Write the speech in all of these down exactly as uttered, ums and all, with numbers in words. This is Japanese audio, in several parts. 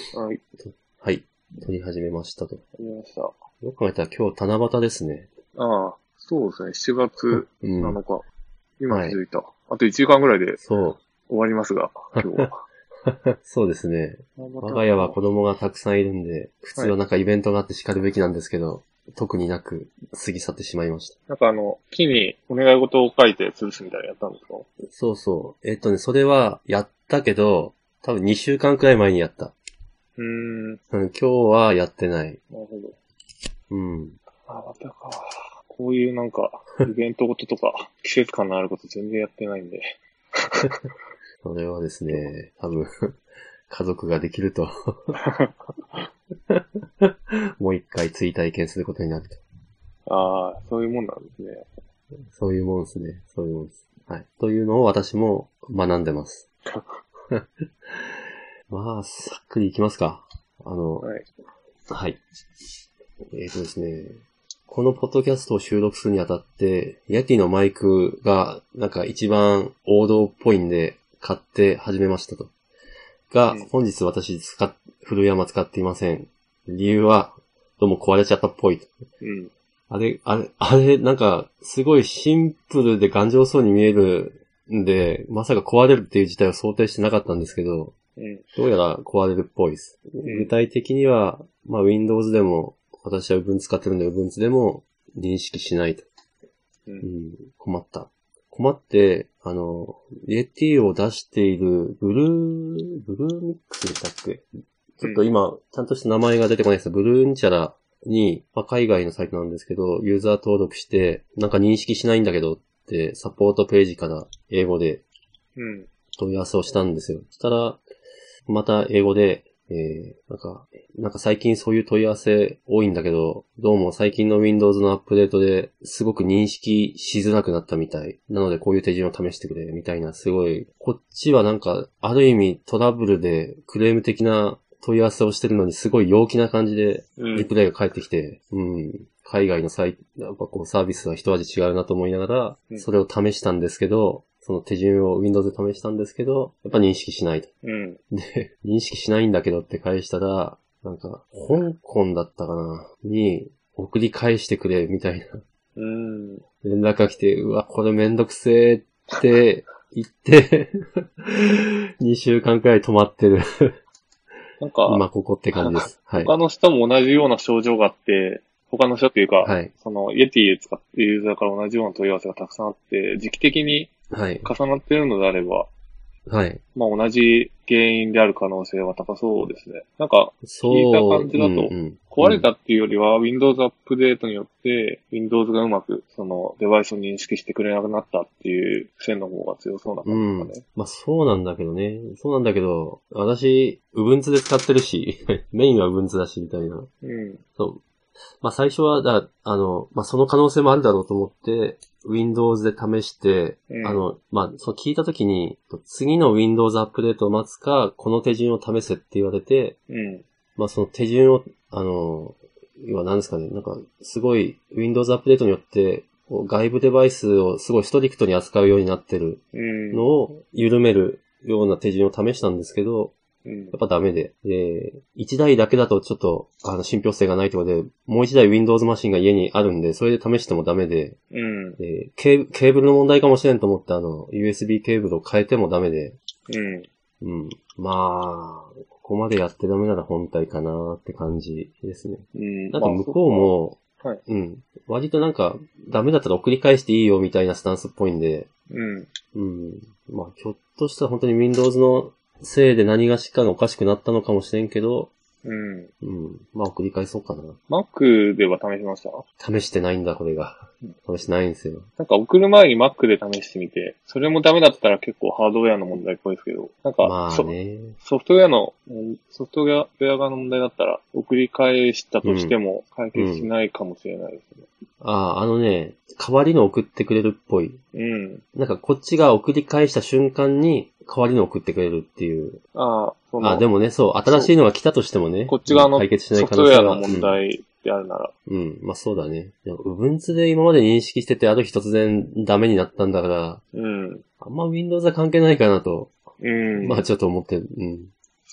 はい。 はい。撮り始めましたと。 撮りました。 よく考えたら今日七夕ですね。 ああ、そうですね。しちがつなのか。うん、今気づいた、はい。あといちじかんぐらいで終わりますが、今日は。 そうですね。我が家は子供がたくさんいるんで、普通はなんかイベントがあって叱るべきなんですけど、はい、特になく過ぎ去ってしまいました。 なんかあの、木にお願い事を書いて吊るすみたいなやったんですか？ そうそう。えっとね、それはやったけど、多分にしゅうかんくらい前にやった。 うーん。うん、 今日はやってない。 なるほど。 うん。 あ、またか。こういうなんか、イベントごととか、季節感のあること全然やってないんで。 それはですね、多分、家族ができると、もう一回追体験することになると。ああ、そういうもんなんですね。 そういうもんですね。そういうもんです。はい。というのを私も学んでます。まあ、さっくりいきますか。あの、はい。はい。えっとですね、このポッドキャストを収録するにあたって、ヤティのマイクがなんか一番王道っぽいんで買って始めましたと。が、うん、本日私使っ、古山使っていません。理由は、どうも壊れちゃったっぽいと。うん。あれ、あれ、あれ、なんか、すごいシンプルで頑丈そうに見えるんで、まさか壊れるっていう事態を想定してなかったんですけど、うん、どうやら壊れるっぽいです。うん、具体的には、まあ Windows でも、私は Ubuntu 使ってるんで Ubuntu でも認識しないと。うんうん、困った。困って、あの、イエティを出しているブルー、ブルーミックスでしたっけ？ちょっと今、ちゃんとした名前が出てこないです。ブルーンチャラに、まあ、海外のサイトなんですけど、ユーザー登録して、なんか認識しないんだけどって、サポートページから英語で問い合わせをしたんですよ。そしたら、また英語で、えー、なんか、なんか最近そういう問い合わせ多いんだけど、どうも最近の Windows のアップデートですごく認識しづらくなったみたい。なのでこういう手順を試してくれ、みたいな、すごい、こっちはなんか、ある意味トラブルでクレーム的な問い合わせをしてるのにすごい陽気な感じで、リプレイが返ってきて、うん、うん、海外のサイやっぱこうサービスは一味違うなと思いながら、それを試したんですけど、その手順を Windows で試したんですけど、やっぱ認識しないと。うん、で、認識しないんだけどって返したら、なんか、香港だったかなに送り返してくれみたいな。うん、連絡が来て、うわ、これめんどくせーって言って、にしゅうかんくらい止まってる。なんか、今ここって感じです。 はい。他の人も同じような症状があって、他の人っていうか、はい、その、イエティ使っているユーザーから同じような問い合わせがたくさんあって、時期的に重なっているのであれば、はい。まあ同じ原因である可能性は高そうですね。なんか、聞いた感じだと、壊れたっていうよりは、Windows アップデートによって、Windows がうまく、その、デバイスを認識してくれなくなったっていう線の方が強そうな感じですかね。 うん。まあそうなんだけどね。そうなんだけど、私、Ubuntu で使ってるし、メインは Ubuntu だし、みたいな。うん。そう。まあ最初は、だあの、まあその可能性もあるだろうと思って、Windows で試して、うん、あの、まあ、そう聞いたときに、次の Windows アップデートを待つか、この手順を試せって言われて、うん、まあその手順を、あの、要は何ですかね、なんか、すごい Windows アップデートによって、外部デバイスをすごいストリクトに扱うようになってるのを緩めるような手順を試したんですけど、やっぱダメで。で、一台だけだとちょっと、あの、信憑性がないということで、もう一台 Windows マシンが家にあるんで、それで試してもダメで、うん、でケー、ケーブルの問題かもしれんと思って、あの、ユーエスビー ケーブルを変えてもダメで、うん。うん。まあ、ここまでやってダメなら本体かなって感じですね。うん。なんか向こうも、まあ、はい。うん。割となんか、ダメだったら送り返していいよみたいなスタンスっぽいんで、うん。うん。まあ、ひょっとしたら本当に Windows のせいで何がしかがおかしくなったのかもしれんけど、うん。うん。まあ、送り返そうかな。 Mac では試しました？ 試してないんだ、これが。試してないんですよ。 なんか送る前に Mac で試してみて、それもダメだったら結構ハードウェアの問題っぽいですけど、なんか、まあね、ソフトウェアの、ソフトウェア側の問題だったら、送り返したとしても解決しないかもしれないですね。 うんうん、ああ、あのね、代わりの送ってくれるっぽい。うん。なんかこっちが送り返した瞬間に、代わりの送ってくれるっていう。ああ、その。あ、でもね、そう、新しいのが来たとしてもね。 こっち側の解決しない可能性がソフトウェアの問題であるなら。 うん、うん、まあそうだね。Ubuntu で今まで認識してて、ある日突然ダメになったんだから、うん。あんま Windows は関係ないかなと。うん。まあちょっと思ってる。うん。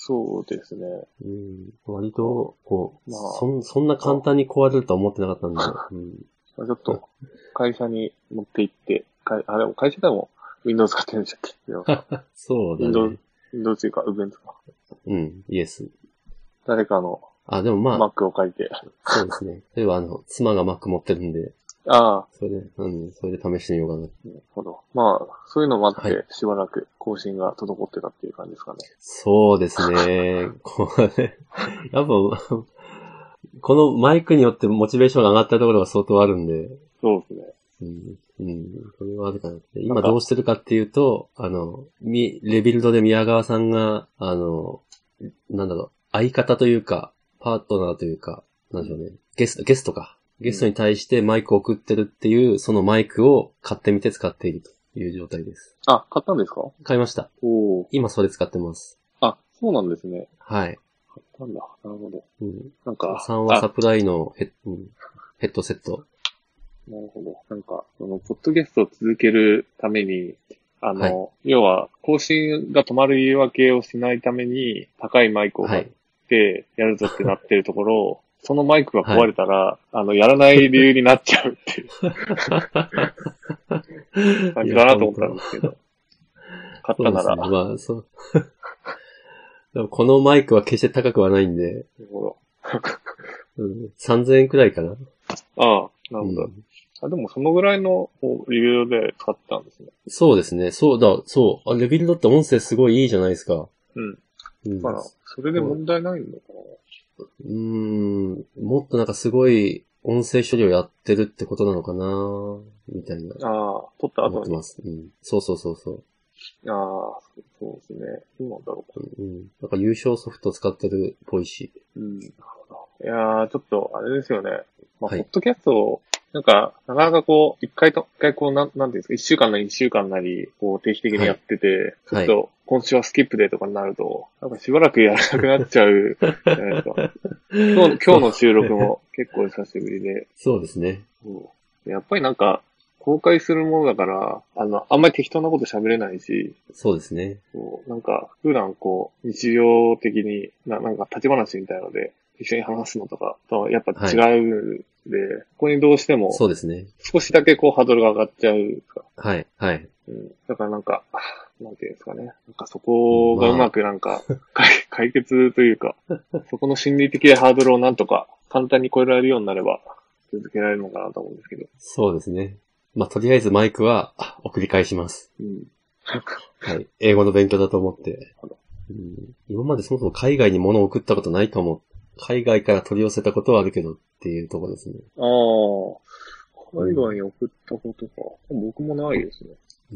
そうですね。 うん、割と、こう、まあ、そ、そんな簡単に壊れるとは思ってなかったんで。うん、 ちょっと、会社に持って行って、あれも会社でも Windows 使ってるんでしたっけそうだね。 Windows、Windows というか Ubuntu か。 うん、イエス。 誰かの、 あ、でもまあ、 Mac を書いて。 そうですね。例えばあの、妻が Mac 持ってるんで、 ああ。 それで、うん、それで試してみようかな。なるほど。まあ、そういうのもあって、しばらく更新が滞ってたっていう感じですかね。 そうですね。これ、やっぱ、このマイクによってモチベーションが上がったところが相当あるんで。 そうですね。 うん。うん。それはあるかなって。今どうしてるかっていうと、あの、み、レビルドで宮川さんが、あの、なんだろう、相方というか、パートナーというか、なんでしょうね。ゲスト、ゲストか。ゲストに対してマイクを送ってるっていう、そのマイクを買ってみて使っているという状態です。 あ、買ったんですか？ 買いました。お今それ使ってます。 あ、そうなんですね。 はい。 買ったんだ。なるほど。 うん。なんか。さんはサプライのヘッ、うん、ヘッドセット。 なるほど。なんか、その、ポッドキャストを続けるために、あの、はい、要は、更新が止まる言い訳をしないために、高いマイクを買ってやるぞってなってるところ、はいそのマイクが壊れたら、はい、あの、やらない理由になっちゃうっていう感じだなと思ったんですけど。買ったなら。 まあ、そう。でもこのマイクは決して高くはないんで。なるほど。うん、さんぜんえんくらいかな。 ああ、なるほど。うん、あでもそのぐらいの理由で買ったんですね。 そうですね。そうだ、そう。あレビルドって音声すごいいいじゃないですか。 うん。うん、だから、それで問題ないのかな。 うーん、もっとなんかすごい音声処理をやってるってことなのかなみたいな。 ああ、撮った後に。 思ってます。うん。そうそうそうそう。 ああ、そうですね。どうなんだろうか。 うん。なんか優勝ソフト使ってるっぽいし。 うん。なるほど。いやー、ちょっと、あれですよね。まあ、はい、ポッドキャストを、なんか、なかなかこう、一回と、一回こう、なん、なんていうんですか、一週間なり二週間なり、こう、定期的にやってて、はい、ちょっと、今週はスキップデーとかになると、なんかしばらくやらなくなっちゃう、じゃないですか。今日、今日の収録も結構久しぶりで。 そうですね。 やっぱりなんか、公開するものだから、あの、あんまり適当なこと喋れないし。 そうですね。 そうなんか、普段こう、日常的にな、なんか立ち話みたいなので、一緒に話すのとかと、やっぱ違うんで、はい、ここにどうしても、 そうですね。 少しだけこう、ハードルが上がっちゃうか。 はい、はい。 うん。だからなんか、なんていうんですかね。なんかそこがうまくなんか、まあ、解決というか、そこの心理的ハードルをなんとか簡単に超えられるようになれば、続けられるのかなと思うんですけど。 そうですね。まあ、とりあえずマイクは送り返します。うん。はい。英語の勉強だと思って。うん、今までそもそも海外に物を送ったことないかも。海外から取り寄せたことはあるけどっていうところですね。 ああ。海外に送ったことか。うん、僕もないですね。 うん。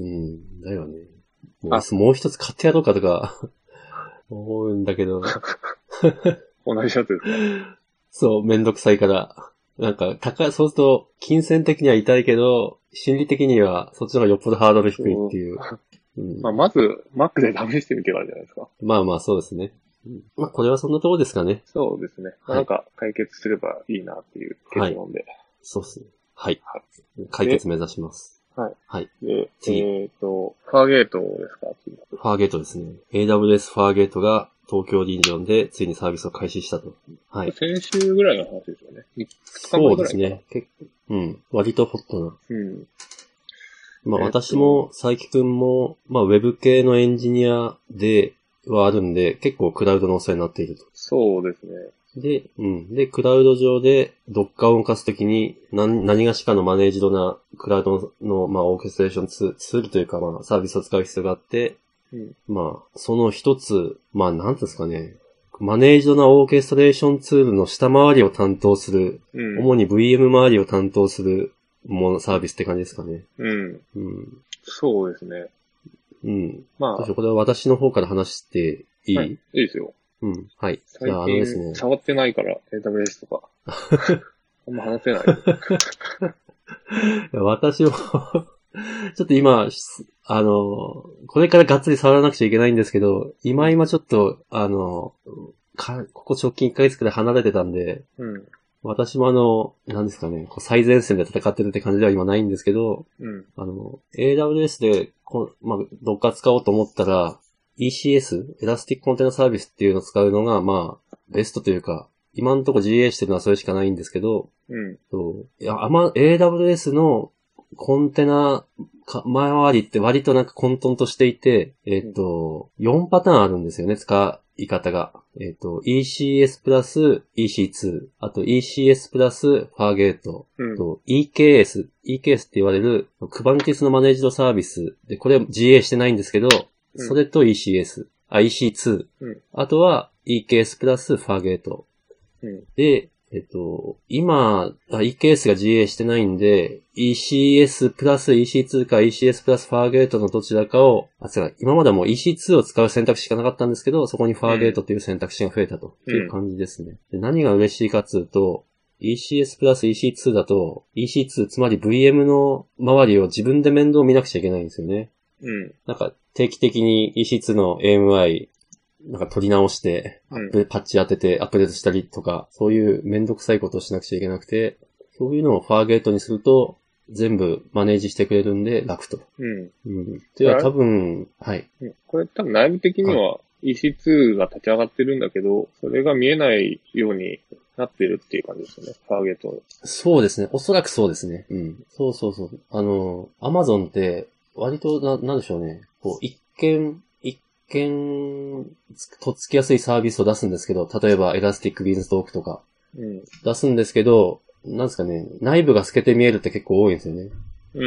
だよね。もう、もう一つ買ってやろうかとか思うんだけど。 同じやつですか？ そう、めんどくさいから。なんか、高い、そうすると、金銭的には痛いけど、心理的にはそっちの方がよっぽどハードル低いっていう。 うん、まあ、まず、Mac で試してみてからじゃないですか。 まあまあ、そうですね。うん、まあ、これはそんなところですかね。 そうですね。はい、なんか、解決すればいいなっていう結論で。はい、 そうですね。はい。はい、解決目指します。 はい。 はい。 で、次。えっ、ー、と、ファーゲートですか？次。 ファーゲートですね。エーダブリューエス ファーゲートが東京リージョンでついにサービスを開始したと。はい。 先週ぐらいの話ですよね。 そうですね。結構、うん。割とホットな。うん。まあ、私も、佐伯くんも、まあ、ウェブ系のエンジニアではあるんで、結構クラウドのお世話になっていると。 そうですね。 で、うん。で、クラウド上で Docker を動かすときに何、何がしかのマネージドなクラウドの、まあ、オーケストレーションツールというか、まあ、サービスを使う必要があって、うん、まあ、その一つ、まあ、なんですかね。マネージドなオーケストレーションツールの下回りを担当する、うん、主に ブイエム 周りを担当するもの、サービスって感じですかね。 うん。うん。そうですね。 うん。まあ。どうしよう、これは私の方から話していい？はい、いいですよ。 うん。はい。 最近、あのですね、触ってないから、エーダブリューエス とか。あんま話せない。 私も、ちょっと今、あの、これからがっつり触らなくちゃいけないんですけど、今今ちょっと、あの、かここ直近いっかげつくらい離れてたんで、うん、私もあの、なんですかね、こう最前線で戦ってるって感じでは今ないんですけど、うん、あの、エーダブリューエス でこ、まあ、Docker使おうと思ったら、 イーシーエス、エラスティックコンテナサービスっていうのを使うのが、まあ、ベストというか、今のところ ジーエー してるのはそれしかないんですけど、 うん。 そう。いや、あま、エーダブリューエス のコンテナか、前回りって割となんか混沌としていて、えっと、よんパターンあるんですよね、使い方が。えっと、イーシーエス プラス イーシーツー、あと イーシーエス プラスファーゲート、 うん、 と イーケーエス、イーケーエス って言われる Kubernetes のマネージドサービスで、これ ジーエー してないんですけど、うん、それと イーシーエス、あ、イーシーツー、うん、あとは イーケーエス プラスファーゲート。うん、で、えっと、今、イーケーエス が ジーエー してないんで、イーシーエス プラス イーシーツー か イーシーエス プラスファーゲートのどちらかを、あ、違う、今まではもう イーシーツー を使う選択肢しかなかったんですけど、そこにファーゲートという選択肢が増えたという感じですね。うん、で何が嬉しいかというと、イーシーエス プラス イーシーツー だと、イーシーツー、つまり ブイエム の周りを自分で面倒見なくちゃいけないんですよね。 うん。 なんか定期的に イーシーツー の エーエムアイ、なんか取り直して、うん、パッチ当ててアップデートしたりとか、そういうめんどくさいことをしなくちゃいけなくて、そういうのをファーゲートにすると、全部マネージしてくれるんで楽と。 うん。 うん。では多分、はい。 これ多分内部的には イーシーツー が立ち上がってるんだけど、それが見えないようになってるっていう感じですよね、ファーゲート。 そうですね。おそらくそうですね。うん。そうそうそう。あの、Amazon って割とな、なんでしょうね。こう、一見、一見、とっつきやすいサービスを出すんですけど、例えばエラスティックビーンストークとか、うん、出すんですけど、なんですかね、内部が透けて見えるって結構多いんですよね。 うん。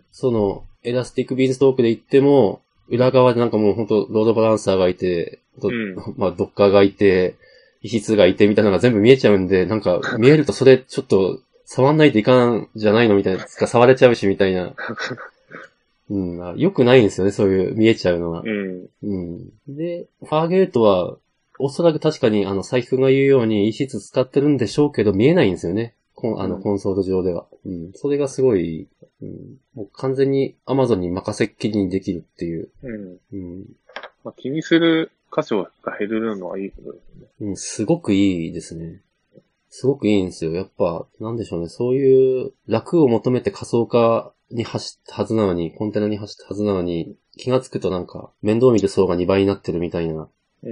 その、エラスティックビーンストークで言っても、裏側でなんかもう本当ロードバランサーがいて、うん、まあドッカーがいて、イーシーツー がいてみたいなのが全部見えちゃうんで、なんか見えるとそれちょっと触んないといかんじゃないのみたいな、触れちゃうしみたいな。うん、よくないんですよね、そういう見えちゃうのは。 うん。 うん。で、ファーゲートは、おそらく確かにあの、佐伯くんが言うように イーシーツー 使ってるんでしょうけど、見えないんですよね。あの、コンソール上では。うん。それがすごい、うん、もう完全に Amazon に任せっきりにできるっていう。 うん。 うん。 まあ、気にする箇所が減るのはいいことですね。 うん、すごくいいですね。すごくいいんですよ。やっぱ、なんでしょうね。そういう楽を求めて仮想化に走ったはずなのに、コンテナに走ったはずなのに、気がつくとなんか、面倒見る層がにばいになってるみたいな。 うん。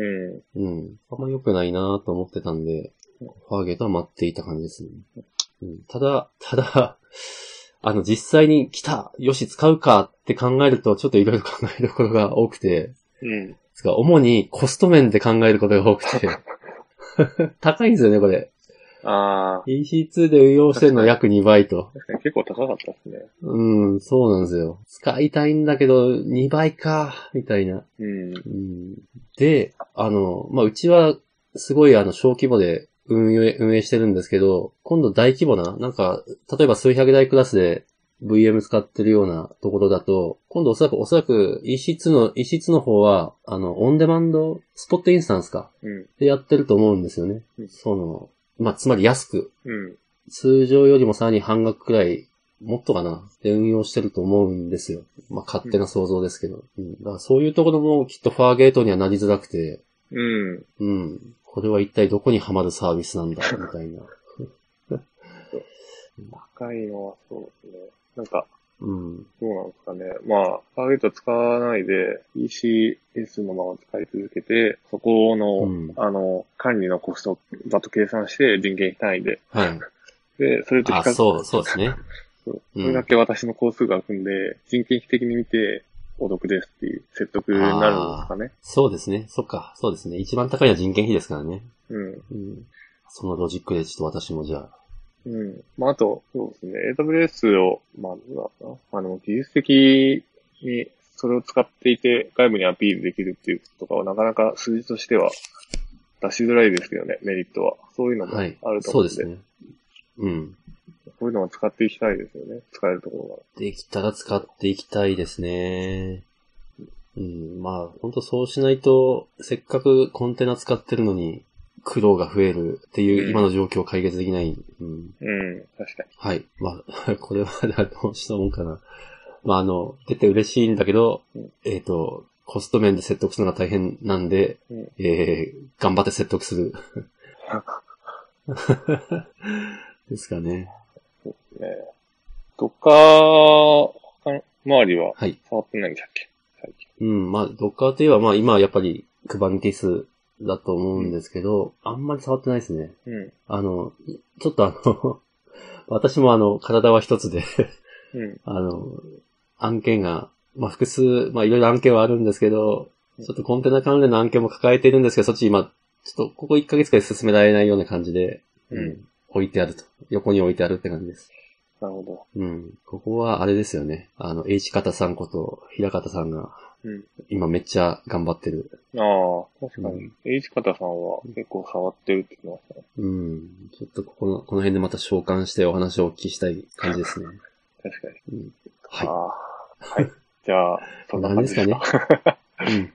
うん。あんま良くないなと思ってたんで、ファーゲートは待っていた感じですね。うん、ただ、ただ、あの、実際に来たよし、使うかって考えると、ちょっといろいろ考えるところが多くて、 うん。 つか、主にコスト面で考えることが多くて、高いんですよね、これ。 ああ。 イーシーツー で運用してるの約にばいと。 確かに結構高かったですね。 うん、そうなんですよ。使いたいんだけど、にばいか、みたいな。 うん。うん、 で、あの、まあ、うちは、すごいあの、小規模で運営、運営してるんですけど、今度大規模な、なんか、例えば数百台クラスで ブイエム 使ってるようなところだと、今度おそらく、おそらく イーシーツー の、イーシーツー の方は、あの、オンデマンド、スポットインスタンスか。 うん。 でやってると思うんですよね。 うん、 その、まあ、つまり安く。 うん。 通常よりもさらに半額くらい、もっとかなで運用してると思うんですよ。まあ、勝手な想像ですけど。うん。だからそういうところもきっとファーゲートにはなりづらくて。 うん。 うん。これは一体どこにはまるサービスなんだ、みたいな。 高いのはそうですね。なんか、 うん。 どうなんですかね。まあ、ファーゲート使わないで イーシーエス のまま使い続けて、そこの、うん、あの、管理のコストだと計算して人件費単位で。 はい。 で、それと比較。 あ、そう、そうですね。 そうそれだけ私の工数が組んで、人件費的に見て、お得ですっていう説得になるんですかね。 そうですね。そっか。そうですね。一番高いのは人件費ですからね。 うん。 うん、そのロジックでちょっと私もじゃあ。 うん。まあ、あと、そうですね。エーダブリューエス を、まあ、どうだったまあ、でも技術的にそれを使っていて外部にアピールできるっていうとかはなかなか数字としては出しづらいですけどね、メリットは。そういうのもあると思うので、はい。 そうですね。うん。 こういうのを使っていきたいですよね。使えるところが。できたら使っていきたいですね。うん。まあ、本当そうしないと、せっかくコンテナ使ってるのに、苦労が増えるっていう今の状況を解決できない。 うん。うん、確かに。 はい。まあ、これはどうしたもんかな。まあ、あの、出て嬉しいんだけど、うん、えっと、コスト面で説得するのが大変なんで、うん、えー、頑張って説得する。ですかね。 そうですね。どっか、周りは、触ってないんだっけ、はい、最近。 うん、まあ、Docker といえば、まあ今はやっぱり Kubernetes だと思うんですけど、うん、あんまり触ってないですね。うん。あの、ちょっとあの、私もあの、体は一つでうん、あの、案件が、まあ複数、まあいろいろ案件はあるんですけど、ちょっとコンテナ関連の案件も抱えてるんですけど、そっち今、ちょっとここいっかげつくらい進められないような感じで、うん、うん、置いてあると。横に置いてあるって感じです。 なるほど。 うん。ここはあれですよね。あの、H 方さんこと平方さんが、うん、今めっちゃ頑張ってる。 ああ、確かに。うん、H 方さんは結構触ってるって言ってましたね。 うん。ちょっとここの、この辺でまた召喚してお話をお聞きしたい感じですね。 確かに。うん、はい。はい。じゃあ、そんな感じですかね。うん。